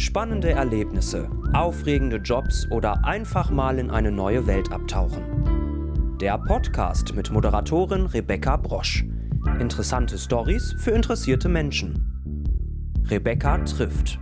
Spannende Erlebnisse, aufregende Jobs oder einfach mal in eine neue Welt abtauchen. Der Podcast mit Moderatorin Rebecca Brosch. Interessante Storys für interessierte Menschen. Rebecca trifft.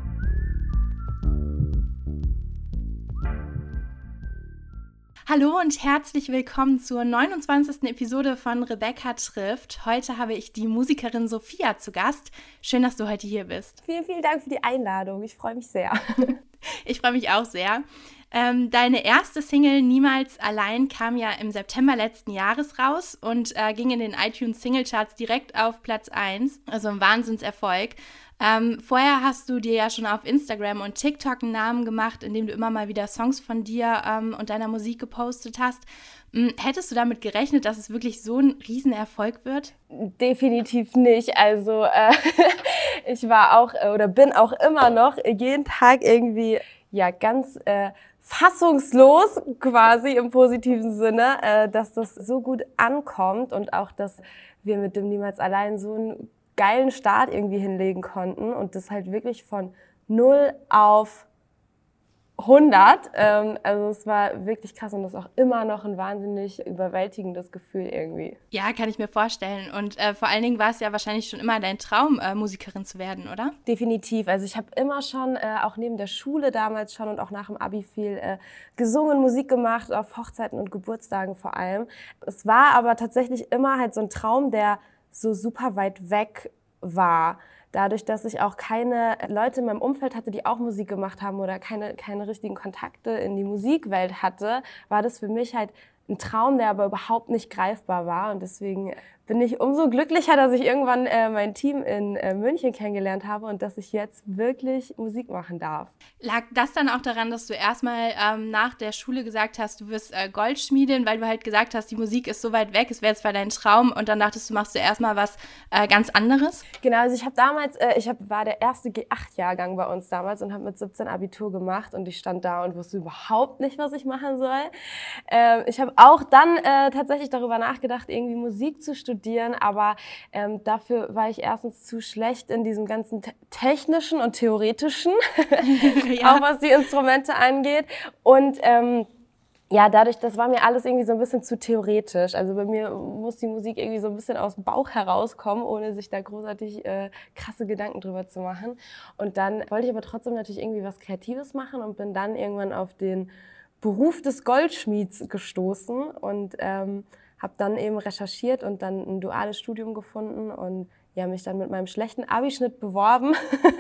Hallo und herzlich willkommen zur 29. Episode von Rebecca trifft. Heute habe ich die Musikerin Sophia zu Gast. Schön, dass du heute hier bist. Vielen, vielen Dank für die Einladung. Ich freue mich sehr. Ich freue mich auch sehr. Deine erste Single Niemals allein kam ja im September letzten Jahres raus und ging in den iTunes Singlecharts direkt auf Platz 1, also ein Wahnsinnserfolg. Vorher hast du dir ja schon auf Instagram und TikTok einen Namen gemacht, indem du immer mal wieder Songs von dir und deiner Musik gepostet hast. Hättest du damit gerechnet, dass es wirklich so ein Riesenerfolg wird? Definitiv nicht. Also ich war auch oder bin auch immer noch jeden Tag irgendwie ganz fassungslos quasi im positiven Sinne, dass das so gut ankommt und auch, dass wir mit dem Niemals allein so einen geilen Start irgendwie hinlegen konnten und das halt wirklich von 0 auf 100. Also es war wirklich krass und das ist auch immer noch ein wahnsinnig überwältigendes Gefühl irgendwie. Ja, kann ich mir vorstellen. Und vor allen Dingen war es ja wahrscheinlich schon immer dein Traum, Musikerin zu werden, oder? Definitiv. Also ich habe immer schon, auch neben der Schule damals schon und auch nach dem Abi viel gesungen, Musik gemacht, auf Hochzeiten und Geburtstagen vor allem. Es war aber tatsächlich immer halt so ein Traum, der so super weit weg war. Dadurch, dass ich auch keine Leute in meinem Umfeld hatte, die auch Musik gemacht haben oder keine richtigen Kontakte in die Musikwelt hatte, war das für mich halt ein Traum, der aber überhaupt nicht greifbar war. Und deswegen bin ich umso glücklicher, dass ich irgendwann mein Team in München kennengelernt habe und dass ich jetzt wirklich Musik machen darf. Lag das dann auch daran, dass du erstmal nach der Schule gesagt hast, du wirst Goldschmiedin, weil du halt gesagt hast, die Musik ist so weit weg, es wäre zwar dein Traum und dann dachtest du, machst du erstmal was ganz anderes? Genau, also ich habe damals, war der erste G8-Jahrgang bei uns damals und habe mit 17 Abitur gemacht und ich stand da und wusste überhaupt nicht, was ich machen soll. Ich habe auch dann tatsächlich darüber nachgedacht, irgendwie Musik zu studieren, aber dafür war ich erstens zu schlecht in diesem ganzen technischen und theoretischen, ja. Auch was die Instrumente angeht. Und dadurch, das war mir alles irgendwie so ein bisschen zu theoretisch. Also bei mir muss die Musik irgendwie so ein bisschen aus dem Bauch herauskommen, ohne sich da großartig krasse Gedanken drüber zu machen. Und dann wollte ich aber trotzdem natürlich irgendwie was Kreatives machen und bin dann irgendwann auf den Beruf des Goldschmieds gestoßen und habe dann eben recherchiert und dann ein duales Studium gefunden und mich dann mit meinem schlechten Abischnitt beworben,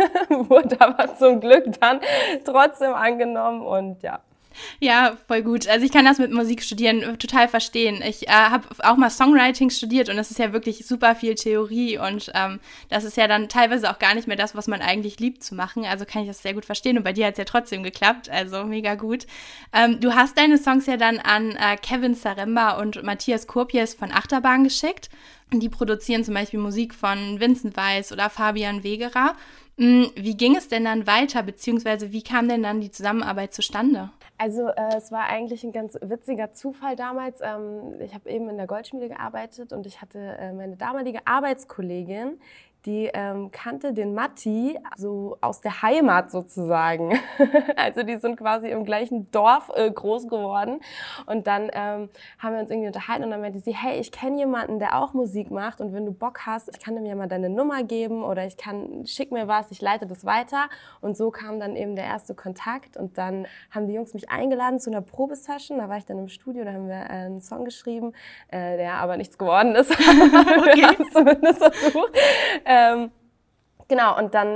wurde aber zum Glück dann trotzdem angenommen und ja. Ja, voll gut. Also ich kann das mit Musik studieren total verstehen. Ich habe auch mal Songwriting studiert und das ist ja wirklich super viel Theorie und das ist ja dann teilweise auch gar nicht mehr das, was man eigentlich liebt zu machen. Also kann ich das sehr gut verstehen und bei dir hat es ja trotzdem geklappt, also mega gut. Du hast deine Songs ja dann an Kevin Zaremba und Matthias Kurpies von Achterbahn geschickt. Die produzieren zum Beispiel Musik von Vincent Weiss oder Fabian Wegerer. Wie ging es denn dann weiter, beziehungsweise wie kam denn dann die Zusammenarbeit zustande? Also es war eigentlich ein ganz witziger Zufall damals. Ich habe eben in der Goldschmiede gearbeitet und ich hatte meine damalige Arbeitskollegin, die kannte den Matti so aus der Heimat sozusagen. Also die sind quasi im gleichen Dorf groß geworden. Und dann haben wir uns irgendwie unterhalten und dann meinte sie, hey, ich kenne jemanden, der auch Musik macht und wenn du Bock hast, ich kann dir ja mal deine Nummer geben oder schick mir was, ich leite das weiter. Und so kam dann eben der erste Kontakt und dann haben die Jungs mich eingeladen zu einer Probesession. Da war ich dann im Studio, da haben wir einen Song geschrieben, der aber nichts geworden ist. Okay. Wir haben es zumindest versucht. Genau, und dann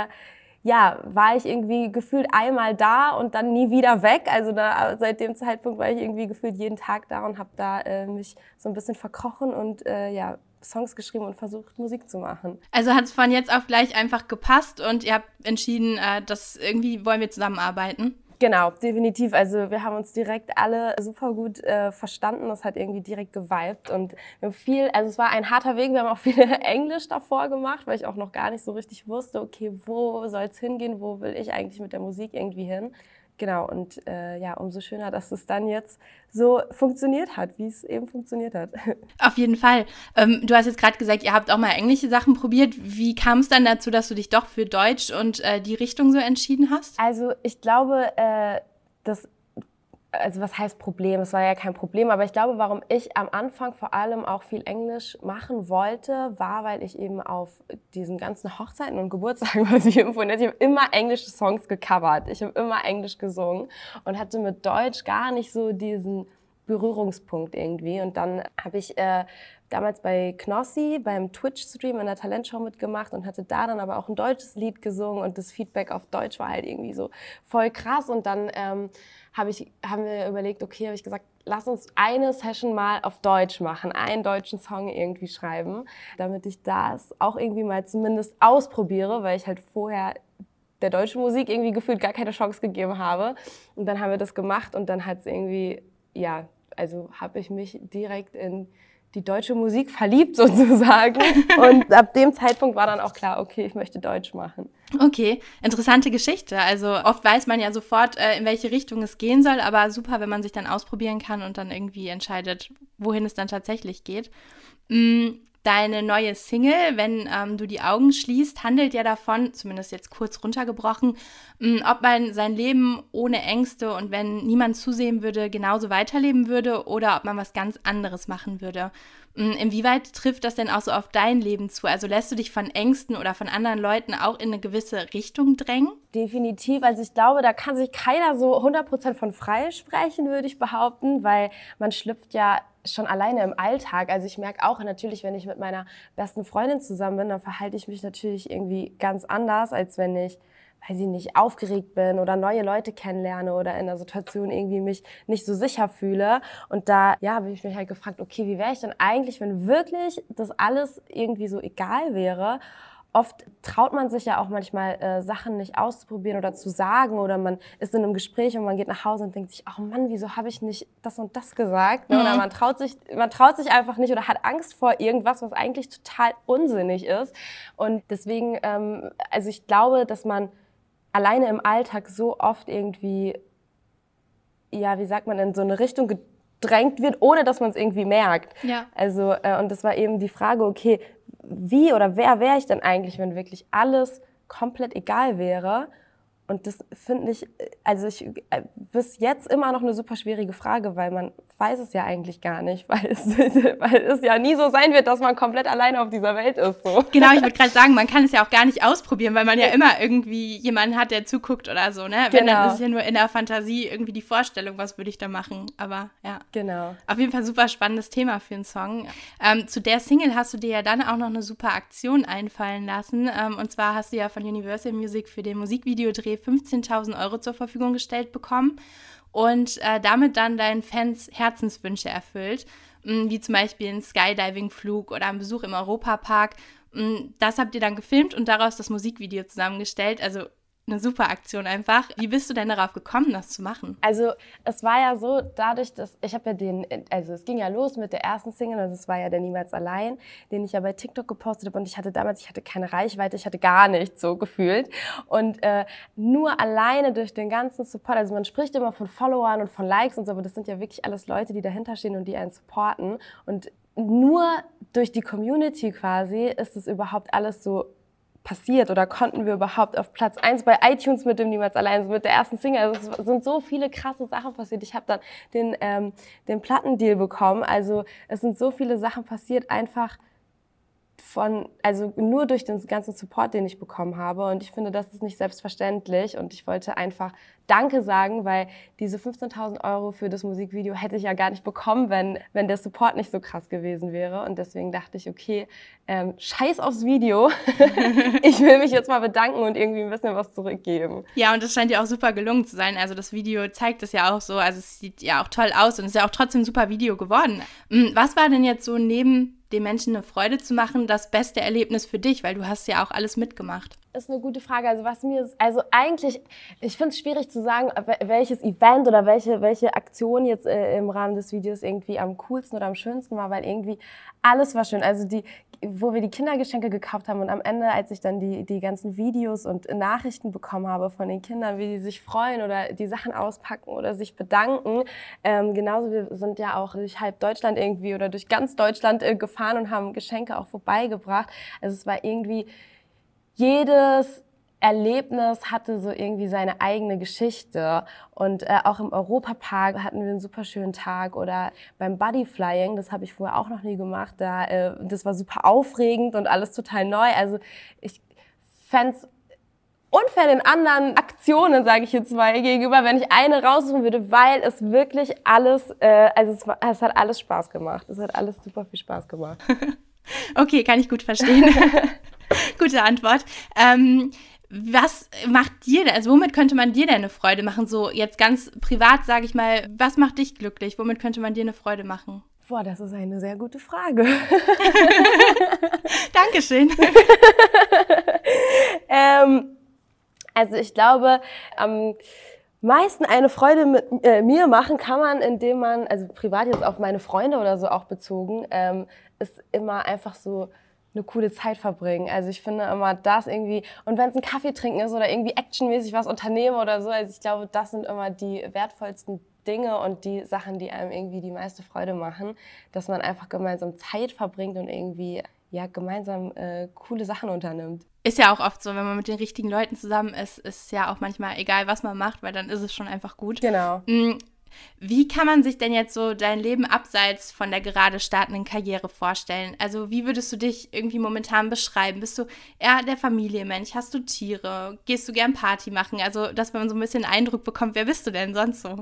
war ich irgendwie gefühlt einmal da und dann nie wieder weg. Also seit dem Zeitpunkt war ich irgendwie gefühlt jeden Tag da und habe da mich so ein bisschen verkrochen und Songs geschrieben und versucht, Musik zu machen. Also hat es von jetzt auf gleich einfach gepasst und ihr habt entschieden, dass irgendwie wollen wir zusammenarbeiten? Genau, definitiv. Also wir haben uns direkt alle super gut verstanden. Das hat irgendwie direkt geweibt und wir haben es war ein harter Weg. Wir haben auch viel Englisch davor gemacht, weil ich auch noch gar nicht so richtig wusste, okay, wo soll es hingehen, wo will ich eigentlich mit der Musik irgendwie hin. Genau, und umso schöner, dass es dann jetzt so funktioniert hat, wie es eben funktioniert hat. Auf jeden Fall. Du hast jetzt gerade gesagt, ihr habt auch mal englische Sachen probiert. Wie kam es dann dazu, dass du dich doch für Deutsch und die Richtung so entschieden hast? Also ich glaube, was heißt Problem? Es war ja kein Problem, aber ich glaube, warum ich am Anfang vor allem auch viel Englisch machen wollte, war, weil ich eben auf diesen ganzen Hochzeiten und Geburtstagen, was ich empfunden habe, ich habe immer englische Songs gecovert. Ich habe immer Englisch gesungen und hatte mit Deutsch gar nicht so diesen Berührungspunkt irgendwie. Und dann habe ich damals bei Knossi beim Twitch-Stream in der Talentshow mitgemacht und hatte da dann aber auch ein deutsches Lied gesungen und das Feedback auf Deutsch war halt irgendwie so voll krass. Und dann haben wir überlegt, okay, habe ich gesagt, lass uns eine Session mal auf Deutsch machen, einen deutschen Song irgendwie schreiben, damit ich das auch irgendwie mal zumindest ausprobiere, weil ich halt vorher der deutschen Musik irgendwie gefühlt gar keine Chance gegeben habe. Und dann haben wir das gemacht und dann hat es irgendwie, habe ich mich direkt in die deutsche Musik verliebt sozusagen. Und ab dem Zeitpunkt war dann auch klar, okay, ich möchte Deutsch machen. Okay, interessante Geschichte. Also oft weiß man ja sofort, in welche Richtung es gehen soll, aber super, wenn man sich dann ausprobieren kann und dann irgendwie entscheidet, wohin es dann tatsächlich geht. Deine neue Single, wenn du die Augen schließt, handelt ja davon, zumindest jetzt kurz runtergebrochen, ob man sein Leben ohne Ängste und wenn niemand zusehen würde, genauso weiterleben würde oder ob man was ganz anderes machen würde. Inwieweit trifft das denn auch so auf dein Leben zu? Also lässt du dich von Ängsten oder von anderen Leuten auch in eine gewisse Richtung drängen? Definitiv. Also ich glaube, da kann sich keiner so 100% von frei sprechen, würde ich behaupten, weil man schlüpft ja schon alleine im Alltag. Also ich merke auch natürlich, wenn ich mit meiner besten Freundin zusammen bin, dann verhalte ich mich natürlich irgendwie ganz anders, als wenn ich, weiß ich nicht, aufgeregt bin oder neue Leute kennenlerne oder in einer Situation irgendwie mich nicht so sicher fühle. Und da, habe ich mich halt gefragt, okay, wie wäre ich denn eigentlich, wenn wirklich das alles irgendwie so egal wäre? Oft traut man sich ja auch manchmal, Sachen nicht auszuprobieren oder zu sagen oder man ist in einem Gespräch und man geht nach Hause und denkt sich, oh Mann, wieso habe ich nicht das und das gesagt? Mhm. Oder man traut sich einfach nicht oder hat Angst vor irgendwas, was eigentlich total unsinnig ist. Und deswegen, ich glaube, dass man alleine im Alltag so oft irgendwie, in so eine Richtung gedrängt wird, ohne dass man es irgendwie merkt. Ja. Also, und das war eben die Frage, okay, wie oder wer wäre ich denn eigentlich, wenn wirklich alles komplett egal wäre? Und das finde ich, bis jetzt immer noch eine super schwierige Frage, weil man weiß es ja eigentlich gar nicht, weil es ja nie so sein wird, dass man komplett alleine auf dieser Welt ist. So. Genau, ich würde gerade sagen, man kann es ja auch gar nicht ausprobieren, weil man ja immer irgendwie jemanden hat, der zuguckt oder so, ne? Wenn, dann ist es ja nur in der Fantasie irgendwie die Vorstellung, was würde ich da machen, aber ja. Genau. Auf jeden Fall super spannendes Thema für einen Song. Zu der Single hast du dir ja dann auch noch eine super Aktion einfallen lassen, und zwar hast du ja von Universal Music für den Musikvideodreh 15.000 Euro zur Verfügung gestellt bekommen und damit dann deinen Fans Herzenswünsche erfüllt, wie zum Beispiel ein Skydiving-Flug oder ein Besuch im Europapark. Das habt ihr dann gefilmt und daraus das Musikvideo zusammengestellt, also eine super Aktion einfach. Wie bist du denn darauf gekommen, das zu machen? Also es war ja so, dadurch, dass ich habe ja es ging ja los mit der ersten Single, also es war ja der Niemals allein, den ich ja bei TikTok gepostet habe und ich hatte keine Reichweite, ich hatte gar nichts so gefühlt und nur alleine durch den ganzen Support, also man spricht immer von Followern und von Likes und so, aber das sind ja wirklich alles Leute, die dahinter stehen und die einen supporten und nur durch die Community quasi ist es überhaupt alles so passiert oder konnten wir überhaupt auf Platz 1 bei iTunes mit dem Niemals allein, also mit der ersten Single. Also es sind so viele krasse Sachen passiert. Ich habe dann den Plattendeal bekommen. Also es sind so viele Sachen passiert, einfach nur durch den ganzen Support, den ich bekommen habe. Und ich finde, das ist nicht selbstverständlich. Und ich wollte einfach Danke sagen, weil diese 15.000 Euro für das Musikvideo hätte ich ja gar nicht bekommen, wenn der Support nicht so krass gewesen wäre. Und deswegen dachte ich, okay, scheiß aufs Video. Ich will mich jetzt mal bedanken und irgendwie ein bisschen was zurückgeben. Ja, und das scheint ja auch super gelungen zu sein. Also das Video zeigt es ja auch so. Also es sieht ja auch toll aus und es ist ja auch trotzdem ein super Video geworden. Was war denn jetzt so neben den Menschen eine Freude zu machen, das beste Erlebnis für dich? Weil du hast ja auch alles mitgemacht. ist eine gute Frage. Also eigentlich, ich finde es schwierig zu sagen, welches Event oder welche Aktion jetzt im Rahmen des Videos irgendwie am coolsten oder am schönsten war, weil irgendwie alles war schön. Also wo wir die Kindergeschenke gekauft haben und am Ende, als ich dann die ganzen Videos und Nachrichten bekommen habe von den Kindern, wie die sich freuen oder die Sachen auspacken oder sich bedanken. Genauso, wir sind ja auch durch halb Deutschland irgendwie oder durch ganz Deutschland gefahren und haben Geschenke auch vorbeigebracht. Also es war irgendwie, jedes Erlebnis hatte so irgendwie seine eigene Geschichte und auch im Europapark hatten wir einen super schönen Tag oder beim Buddyflying, das habe ich vorher auch noch nie gemacht, das war super aufregend und alles total neu. Also ich fände es unfair den anderen Aktionen, sage ich jetzt mal, gegenüber, wenn ich eine raussuchen würde, weil es wirklich alles, es hat alles Spaß gemacht. Es hat alles super viel Spaß gemacht. Okay, kann ich gut verstehen. Gute Antwort. Was macht dir denn, also womit könnte man dir denn eine Freude machen? So jetzt ganz privat, sage ich mal, was macht dich glücklich? Womit könnte man dir eine Freude machen? Boah, das ist eine sehr gute Frage. Dankeschön. Also ich glaube, am meisten eine Freude mit mir machen kann man, indem man, also privat jetzt auf meine Freunde oder so auch bezogen, ist immer einfach so eine coole Zeit verbringen. Also ich finde immer das irgendwie, und wenn es ein Kaffee trinken ist oder irgendwie actionmäßig was unternehmen oder so, also ich glaube, das sind immer die wertvollsten Dinge und die Sachen, die einem irgendwie die meiste Freude machen, dass man einfach gemeinsam Zeit verbringt und irgendwie ja gemeinsam coole Sachen unternimmt. Ist ja auch oft so, wenn man mit den richtigen Leuten zusammen ist ja auch manchmal egal, was man macht, weil dann ist es schon einfach gut. Genau. Wie kann man sich denn jetzt so dein Leben abseits von der gerade startenden Karriere vorstellen? Also wie würdest du dich irgendwie momentan beschreiben? Bist du eher der Familienmensch? Hast du Tiere? Gehst du gern Party machen? Also dass man so ein bisschen Eindruck bekommt, wer bist du denn sonst so?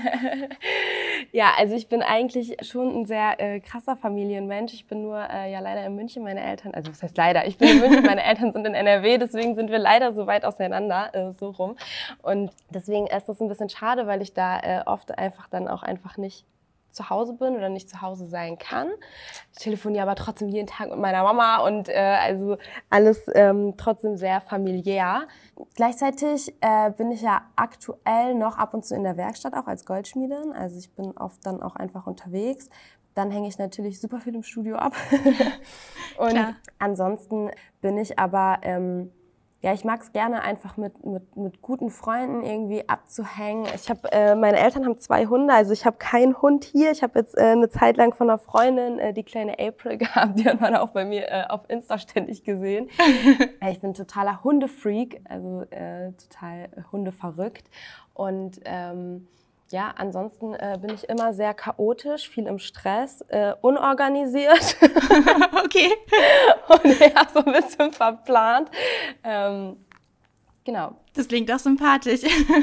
Ja, also ich bin eigentlich schon ein sehr krasser Familienmensch. Ich bin nur ja leider in München, meine Eltern, also was heißt leider? Ich bin in München, meine Eltern sind in NRW, deswegen sind wir leider so weit auseinander, so rum. Und deswegen ist das ein bisschen schade, weil ich da oft einfach nicht zu Hause bin oder nicht zu Hause sein kann. Ich telefoniere aber trotzdem jeden Tag mit meiner Mama und also alles trotzdem sehr familiär. Gleichzeitig bin ich ja aktuell noch ab und zu in der Werkstatt auch als Goldschmiedin. Also ich bin oft dann auch einfach unterwegs. Dann hänge ich natürlich super viel im Studio ab. Und Klar. Ansonsten bin ich aber ja, ich mag es gerne einfach mit guten Freunden irgendwie abzuhängen. Meine Eltern haben 2 Hunde, also ich habe keinen Hund hier. Ich habe jetzt eine Zeit lang von einer Freundin die kleine April gehabt, die hat man auch bei mir auf Insta ständig gesehen. Ich bin totaler Hundefreak, also total hundeverrückt und ja, ansonsten bin ich immer sehr chaotisch, viel im Stress, unorganisiert. Okay. Und ja, so ein bisschen verplant. Genau. Das klingt doch sympathisch.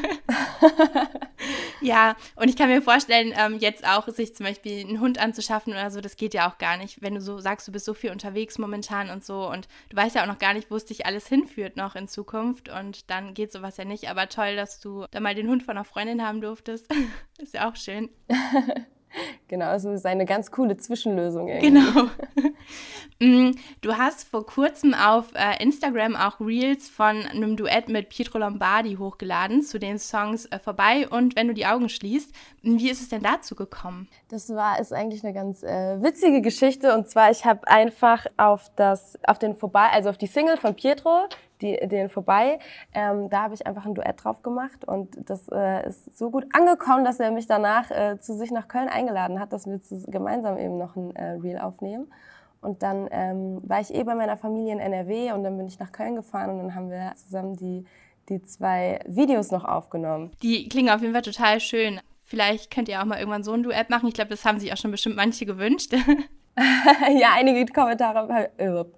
Ja, und ich kann mir vorstellen, jetzt auch sich zum Beispiel einen Hund anzuschaffen oder so, das geht ja auch gar nicht, wenn du so sagst, du bist so viel unterwegs momentan und so und du weißt ja auch noch gar nicht, wo es dich alles hinführt noch in Zukunft und dann geht sowas ja nicht, aber toll, dass du da mal den Hund von einer Freundin haben durftest. Ist ja auch schön. Genau, also es ist eine ganz coole Zwischenlösung irgendwie. Genau. Du hast vor kurzem auf Instagram auch Reels von einem Duett mit Pietro Lombardi hochgeladen zu den Songs Vorbei und Wenn du die Augen schließt. Wie ist es denn dazu gekommen? Das ist eigentlich eine ganz witzige Geschichte und zwar, ich habe einfach auf die Single von Pietro, den Vorbei, da habe ich einfach ein Duett drauf gemacht und das ist so gut angekommen, dass er mich danach zu sich nach Köln eingeladen hat, dass wir gemeinsam eben noch ein Reel aufnehmen. Und dann war ich bei meiner Familie in NRW und dann bin ich nach Köln gefahren und dann haben wir zusammen die 2 Videos noch aufgenommen. Die klingen auf jeden Fall total schön. Vielleicht könnt ihr auch mal irgendwann so ein Duett machen. Ich glaube, das haben sich auch schon bestimmt manche gewünscht. Ja, einige Kommentare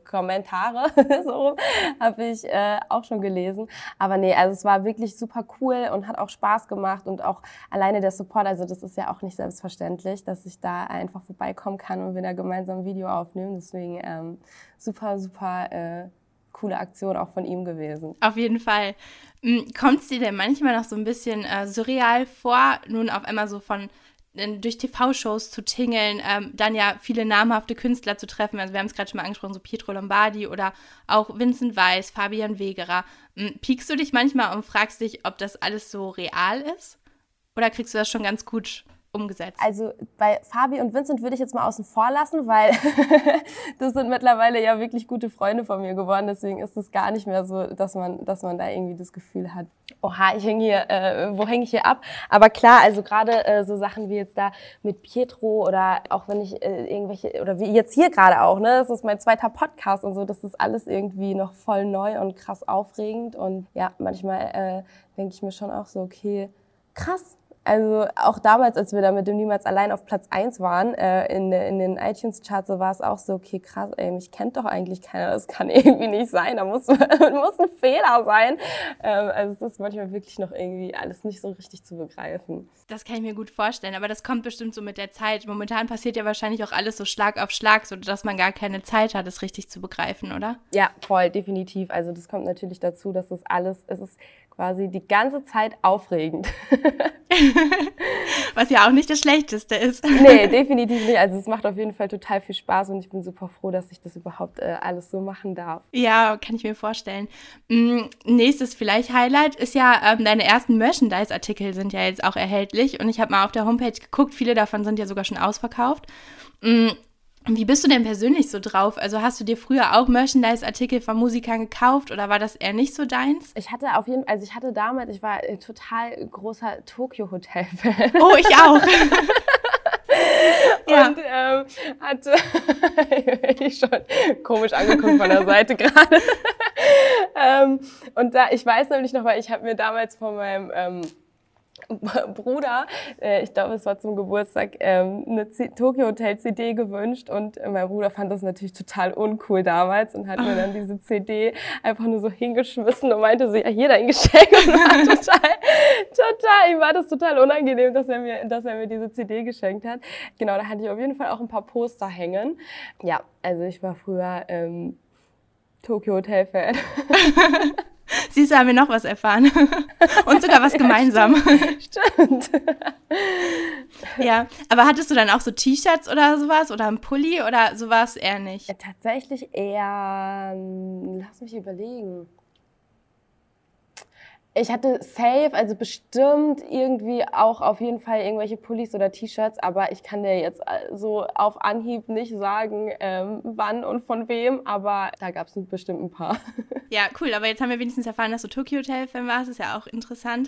so habe ich auch schon gelesen. Aber nee, also es war wirklich super cool und hat auch Spaß gemacht und auch alleine der Support, also das ist ja auch nicht selbstverständlich, dass ich da einfach vorbeikommen kann und wir da gemeinsam ein Video aufnehmen. Deswegen super coole Aktion auch von ihm gewesen. Auf jeden Fall. Kommt es dir denn manchmal noch so ein bisschen surreal vor, nun auf einmal so von durch TV-Shows zu tingeln, dann ja viele namhafte Künstler zu treffen. Also wir haben es gerade schon mal angesprochen, so Pietro Lombardi oder auch Vincent Weiss, Fabian Wegerer. Piekst du dich manchmal und fragst dich, ob das alles so real ist? Oder kriegst du das schon ganz gut umgesetzt? Also bei Fabi und Vincent würde ich jetzt mal außen vor lassen, weil das sind mittlerweile ja wirklich gute Freunde von mir geworden. Deswegen ist es gar nicht mehr so, dass man da irgendwie das Gefühl hat, oha, wo hänge ich hier ab? Aber klar, also gerade so Sachen wie jetzt da mit Pietro oder auch wenn ich oder wie jetzt hier gerade auch, ne, das ist mein 2. Podcast und so, das ist alles irgendwie noch voll neu und krass aufregend. Und ja, manchmal denke ich mir schon auch so, okay, krass. Also auch damals, als wir da mit dem Niemals allein auf Platz 1 waren, in den iTunes-Charts, so war es auch so, okay, krass, ey, mich kennt doch eigentlich keiner, das kann irgendwie nicht sein, da muss ein Fehler sein. Also es ist manchmal wirklich noch irgendwie alles nicht so richtig zu begreifen. Das kann ich mir gut vorstellen, aber das kommt bestimmt so mit der Zeit. Momentan passiert ja wahrscheinlich auch alles so Schlag auf Schlag, sodass man gar keine Zeit hat, es richtig zu begreifen, oder? Ja, voll, definitiv. Also das kommt natürlich dazu, dass es ist quasi die ganze Zeit aufregend. Was ja auch nicht das Schlechteste ist. Nee, definitiv nicht. Also es macht auf jeden Fall total viel Spaß und ich bin super froh, dass ich das überhaupt alles so machen darf. Ja, kann ich mir vorstellen. Nächstes vielleicht Highlight ist ja, deine ersten Merchandise-Artikel sind ja jetzt auch erhältlich und ich habe mal auf der Homepage geguckt, viele davon sind ja sogar schon ausverkauft. Wie bist du denn persönlich so drauf? Also hast du dir früher auch Merchandise-Artikel von Musikern gekauft oder war das eher nicht so deins? Ich war ein total großer Tokyo-Hotel-Fan. Oh, ich auch. Ja. Und hatte ich schon komisch angeguckt von der Seite gerade. Und ich weiß nämlich noch, weil ich habe mir damals von meinem Bruder, ich glaube, es war zum Geburtstag, eine Tokyo Hotel CD gewünscht und mein Bruder fand das natürlich total uncool damals und hat mir dann diese CD einfach nur so hingeschmissen und meinte so, ja, hier dein Geschenk und war ihm war das total unangenehm, dass er mir diese CD geschenkt hat. Genau, da hatte ich auf jeden Fall auch ein paar Poster hängen. Ja, also ich war früher Tokyo Hotel Fan. Siehst du, haben wir noch was erfahren. Und sogar was gemeinsam. Stimmt. Ja, aber hattest du dann auch so T-Shirts oder sowas oder einen Pulli oder sowas eher nicht? Tatsächlich eher, lass mich überlegen. Ich hatte safe, also bestimmt irgendwie auch auf jeden Fall irgendwelche Pullis oder T-Shirts, aber ich kann dir jetzt so auf Anhieb nicht sagen, wann und von wem, aber da gab es bestimmt ein paar. Ja, cool, aber jetzt haben wir wenigstens erfahren, dass du Tokyo Hotel-Fan warst, ist ja auch interessant.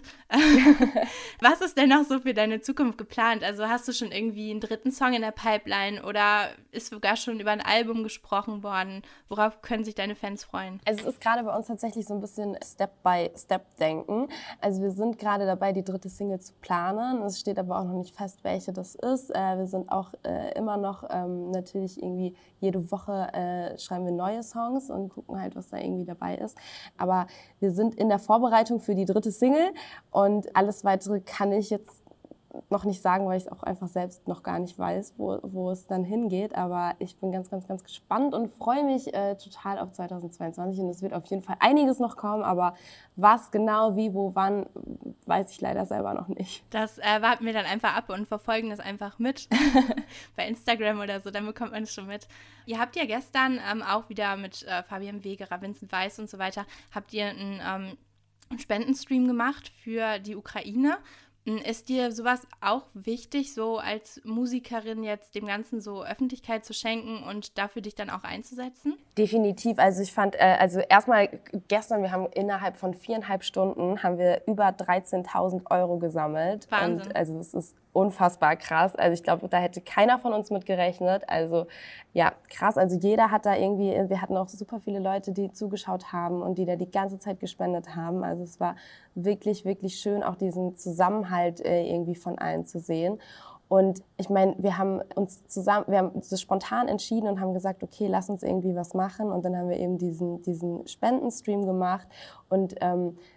Was ist denn noch so für deine Zukunft geplant? Also hast du schon irgendwie einen 3. Song in der Pipeline oder ist sogar schon über ein Album gesprochen worden? Worauf können sich deine Fans freuen? Also es ist gerade bei uns tatsächlich so ein bisschen Step-by-Step-Denken. Also wir sind gerade dabei, die 3. Single zu planen. Es steht aber auch noch nicht fest, welche das ist. Wir sind auch immer noch natürlich irgendwie jede Woche schreiben wir neue Songs und gucken halt, was da irgendwie dabei ist. Aber wir sind in der Vorbereitung für die 3. Single und alles Weitere kann ich jetzt noch nicht sagen, weil ich es auch einfach selbst noch gar nicht weiß, wo es dann hingeht. Aber ich bin ganz, ganz, ganz gespannt und freue mich total auf 2022. Und es wird auf jeden Fall einiges noch kommen, aber was genau, wie, wo, wann, weiß ich leider selber noch nicht. Das warten wir dann einfach ab und verfolgen das einfach mit bei Instagram oder so, dann bekommt man es schon mit. Ihr habt ja gestern auch wieder mit Fabian Wegerer, Vincent Weiss und so weiter, habt ihr einen Spendenstream gemacht für die Ukraine. Ist dir sowas auch wichtig, so als Musikerin jetzt dem Ganzen so Öffentlichkeit zu schenken und dafür dich dann auch einzusetzen? Definitiv. Also ich fand, also erstmal gestern, wir haben innerhalb von 4,5 Stunden haben wir über 13.000 € gesammelt. Wahnsinn. Und also es ist unfassbar krass. Also ich glaube, da hätte keiner von uns mit gerechnet. Also ja, krass. Also jeder hat da irgendwie, wir hatten auch super viele Leute, die zugeschaut haben und die da die ganze Zeit gespendet haben. Also es war wirklich, wirklich schön, auch diesen Zusammenhalt irgendwie von allen zu sehen. Und ich meine, wir haben das spontan entschieden und haben gesagt, okay, lass uns irgendwie was machen. Und dann haben wir eben diesen Spendenstream gemacht. Und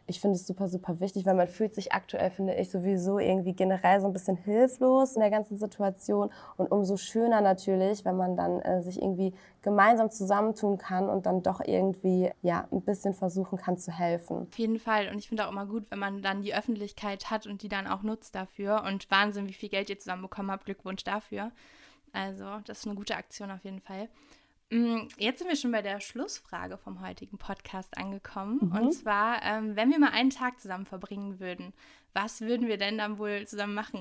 ich finde es super, super wichtig, weil man fühlt sich aktuell, finde ich, sowieso irgendwie generell so ein bisschen hilflos in der ganzen Situation. Und umso schöner natürlich, wenn man dann sich irgendwie gemeinsam zusammentun kann und dann doch irgendwie ein bisschen versuchen kann zu helfen. Auf jeden Fall. Und ich finde auch immer gut, wenn man dann die Öffentlichkeit hat und die dann auch nutzt dafür. Und Wahnsinn, wie viel Geld ihr zusammenbekommen habt. Glückwunsch dafür. Also das ist eine gute Aktion auf jeden Fall. Jetzt sind wir schon bei der Schlussfrage vom heutigen Podcast angekommen. Und zwar, wenn wir mal einen Tag zusammen verbringen würden, was würden wir denn dann wohl zusammen machen?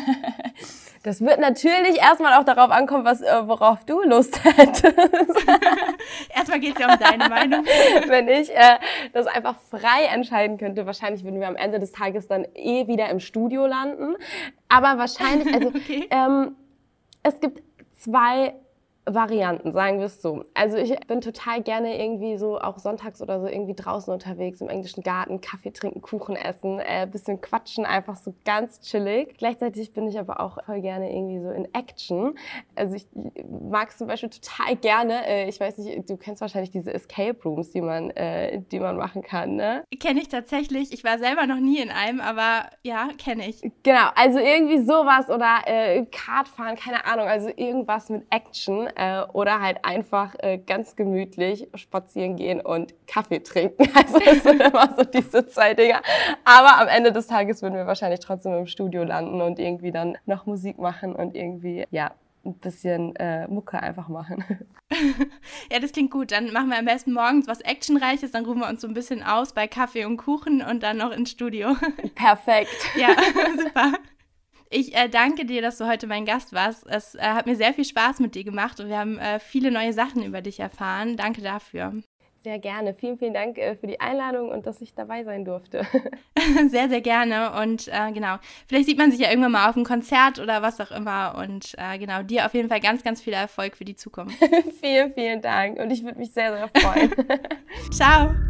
Das wird natürlich erstmal auch darauf ankommen, worauf du Lust hättest. Erstmal geht es ja um deine Meinung. Wenn ich das einfach frei entscheiden könnte, wahrscheinlich würden wir am Ende des Tages dann wieder im Studio landen. Aber wahrscheinlich, also Okay. Es gibt 2 Varianten, sagen wir es so. Also ich bin total gerne irgendwie so auch sonntags oder so irgendwie draußen unterwegs im englischen Garten, Kaffee trinken, Kuchen essen, bisschen quatschen, einfach so ganz chillig. Gleichzeitig bin ich aber auch voll gerne irgendwie so in Action. Also ich mag es zum Beispiel total gerne, ich weiß nicht, du kennst wahrscheinlich diese Escape Rooms, die man machen kann, ne? Kenne ich tatsächlich. Ich war selber noch nie in einem, aber ja, kenne ich. Genau, also irgendwie sowas oder Kartfahren, keine Ahnung, also irgendwas mit Action. Oder halt einfach ganz gemütlich spazieren gehen und Kaffee trinken. Also es sind immer so diese 2 Dinger. Aber am Ende des Tages würden wir wahrscheinlich trotzdem im Studio landen und irgendwie dann noch Musik machen und irgendwie, ein bisschen Mucke einfach machen. Ja, das klingt gut. Dann machen wir am besten morgens was Actionreiches, dann ruhen wir uns so ein bisschen aus bei Kaffee und Kuchen und dann noch ins Studio. Perfekt. Ja, super. Ich danke dir, dass du heute mein Gast warst. Es hat mir sehr viel Spaß mit dir gemacht und wir haben viele neue Sachen über dich erfahren. Danke dafür. Sehr gerne. Vielen, vielen Dank für die Einladung und dass ich dabei sein durfte. Sehr, sehr gerne. Und genau, vielleicht sieht man sich ja irgendwann mal auf einem Konzert oder was auch immer. Und genau, dir auf jeden Fall ganz, ganz viel Erfolg für die Zukunft. Vielen, vielen Dank und ich würde mich sehr, sehr freuen. Ciao.